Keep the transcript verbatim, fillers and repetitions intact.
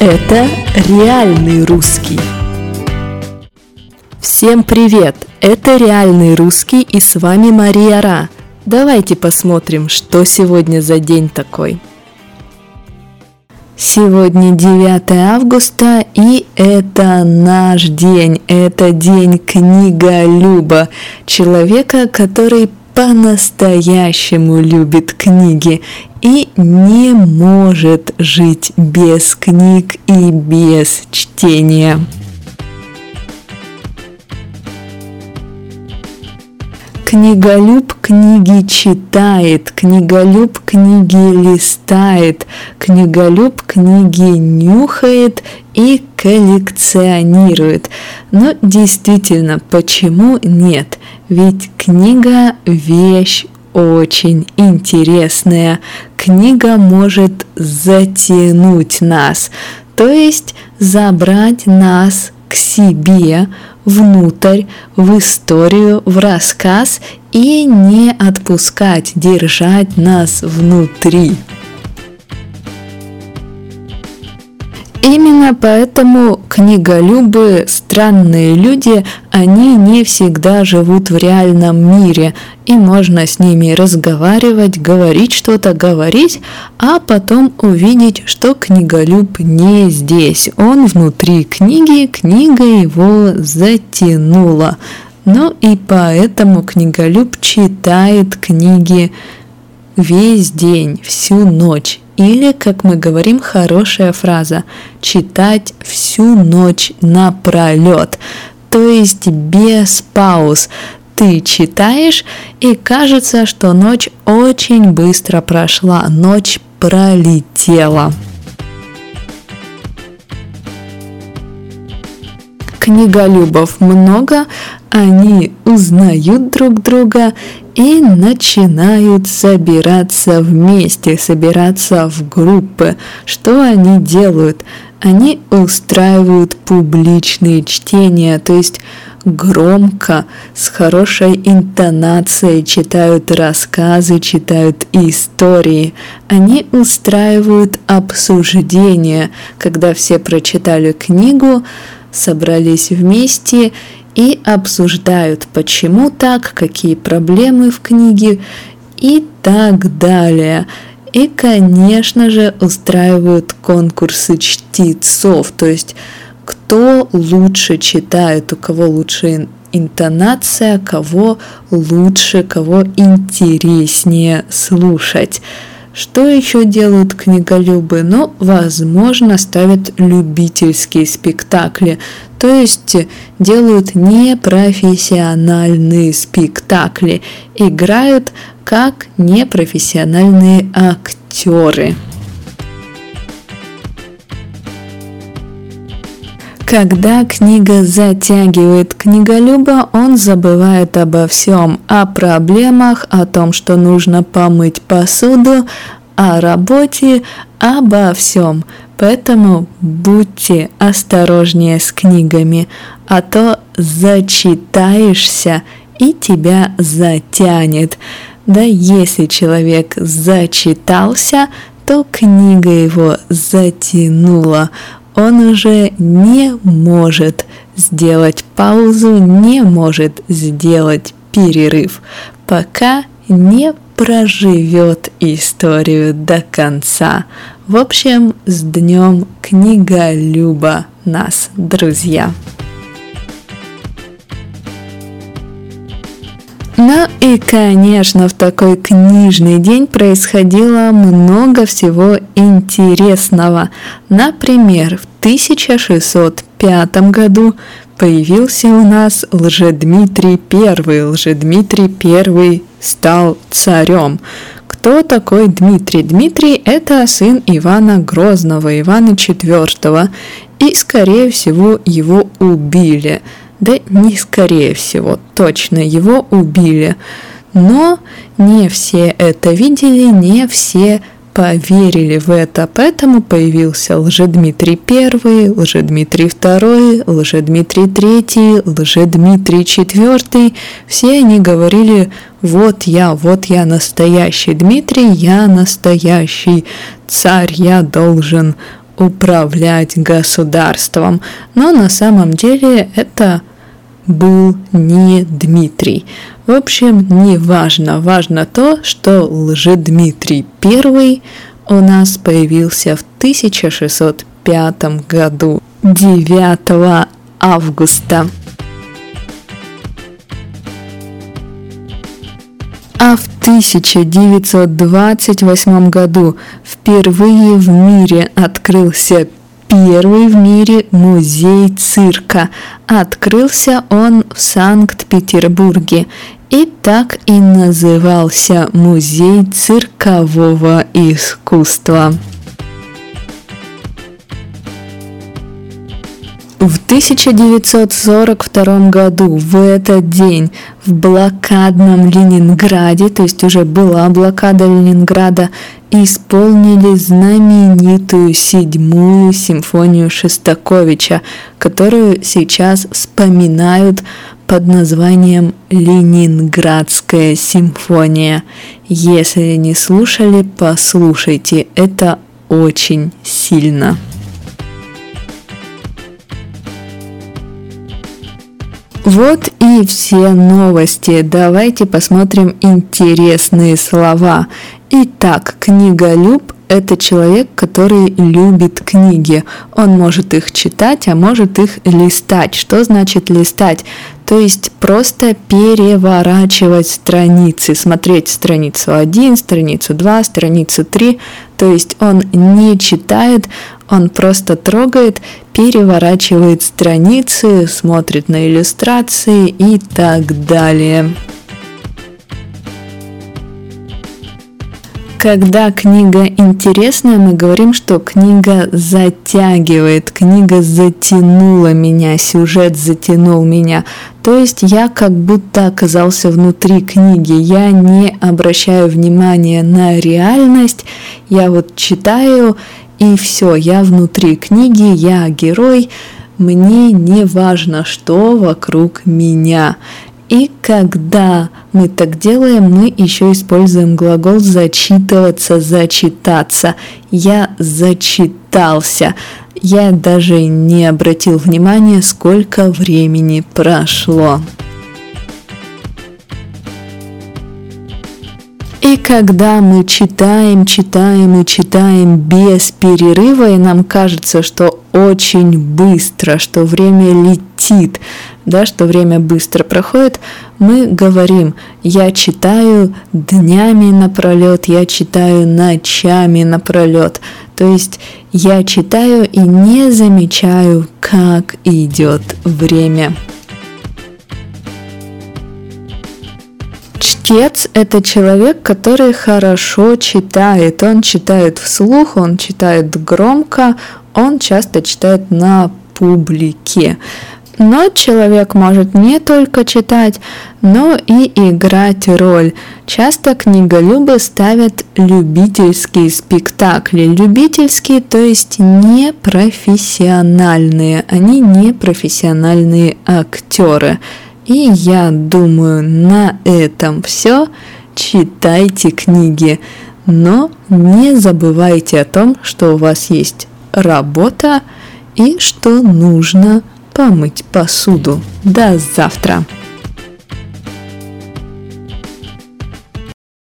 Это реальный русский. Всем привет! Это реальный русский, и с вами Мария Ра. Давайте посмотрим, что сегодня за день такой. Сегодня девятое августа, и это наш день. Это день книголюба, человека, который по-настоящему любит книги и не может жить без книг и без чтения. Книголюб книги читает, книголюб книги листает, книголюб книги нюхает и коллекционирует. Но действительно, почему нет? Ведь книга – вещь очень интересная. Книга может затянуть нас, то есть забрать нас к себе, внутрь, в историю, в рассказ и не отпускать, держать нас внутри. Именно поэтому книголюбы, странные люди, они не всегда живут в реальном мире, и можно с ними разговаривать, говорить что-то, говорить, а потом увидеть, что книголюб не здесь, он внутри книги, книга его затянула. Ну и поэтому книголюб читает книги весь день, всю ночь. Или, как мы говорим, хорошая фраза – читать всю ночь напролет, то есть без пауз. Ты читаешь, и кажется, что ночь очень быстро прошла, ночь пролетела. Книголюбов много, они узнают друг друга и начинают собираться вместе, собираться в группы. Что они делают? Они устраивают публичные чтения, то есть громко, с хорошей интонацией читают рассказы, читают истории. Они устраивают обсуждения, когда все прочитали книгу, собрались вместе и обсуждают, почему так, какие проблемы в книге и так далее. И, конечно же, устраивают конкурсы чтецов, то есть кто лучше читает, у кого лучше интонация, кого лучше, кого интереснее слушать. Что еще делают книголюбы? Ну, возможно, ставят любительские спектакли, то есть делают непрофессиональные спектакли, играют как непрофессиональные актеры. Когда книга затягивает книголюба, он забывает обо всем, о проблемах, о том, что нужно помыть посуду, о работе, обо всем. Поэтому будьте осторожнее с книгами, а то зачитаешься и тебя затянет. Да если человек зачитался, то книга его затянула. Он уже не может сделать паузу, не может сделать перерыв, пока не проживет историю до конца. В общем, с днем книголюба нас, друзья! Ну и, конечно, в такой книжный день происходило много всего интересного. Например, в тысяча шестьсот пятом году появился у нас Лжедмитрий Первый. Лжедмитрий Первый стал царем. Кто такой Дмитрий? Дмитрий – это сын Ивана Грозного, Ивана Четвертого, и, скорее всего, его убили. Да не скорее всего, точно его убили. Но не все это видели, не все поверили в это, поэтому появился Лжедмитрий Первый, Лжедмитрий Второй, Лжедмитрий Третий, Лжедмитрий Четвертый. Все они говорили: вот я, вот я настоящий Дмитрий, я настоящий царь, я должен управлять государством. Но на самом деле это был не Дмитрий. В общем, не важно. Важно то, что Лжедмитрий I у нас появился в тысяча шестьсот пятом году, девятого августа. А в тысяча девятьсот двадцать восьмом году впервые в мире открылся первый в мире музей цирка. Открылся он в Санкт-Петербурге. И так и назывался Музей циркового искусства. В тысяча девятьсот сорок втором году, в этот день, в блокадном Ленинграде, то есть уже была блокада Ленинграда, исполнили знаменитую седьмую симфонию Шостаковича, которую сейчас вспоминают под названием «Ленинградская симфония». Если не слушали, послушайте, это очень сильно. Вот и все новости. Давайте посмотрим интересные слова. Итак, книголюб – это человек, который любит книги. Он может их читать, а может их листать. Что значит листать? То есть просто переворачивать страницы, смотреть страницу один, страницу два, страницу три. То есть он не читает, он просто трогает, переворачивает страницы, смотрит на иллюстрации и так далее. Когда книга интересная, мы говорим, что книга затягивает, книга затянула меня, сюжет затянул меня. То есть я как будто оказался внутри книги, я не обращаю внимания на реальность, я вот читаю и все, я внутри книги, я герой, мне не важно, что вокруг меня. И когда мы так делаем, мы еще используем глагол зачитываться, зачитаться. Я зачитался. Я даже не обратил внимания, сколько времени прошло. И когда мы читаем, читаем и читаем без перерыва, и нам кажется, что очень быстро, что время летит, да, что время быстро проходит, мы говорим: я читаю днями напролет, я читаю ночами напролет. То есть я читаю и не замечаю, как идет время. Чтец – это человек, который хорошо читает. Он читает вслух, он читает громко, он часто читает на публике. Но человек может не только читать, но и играть роль. Часто книголюбы ставят любительские спектакли. Любительские, то есть не профессиональные. Они не профессиональные актеры. И я думаю, на этом все. Читайте книги, но не забывайте о том, что у вас есть работа и что нужно помыть посуду. До завтра!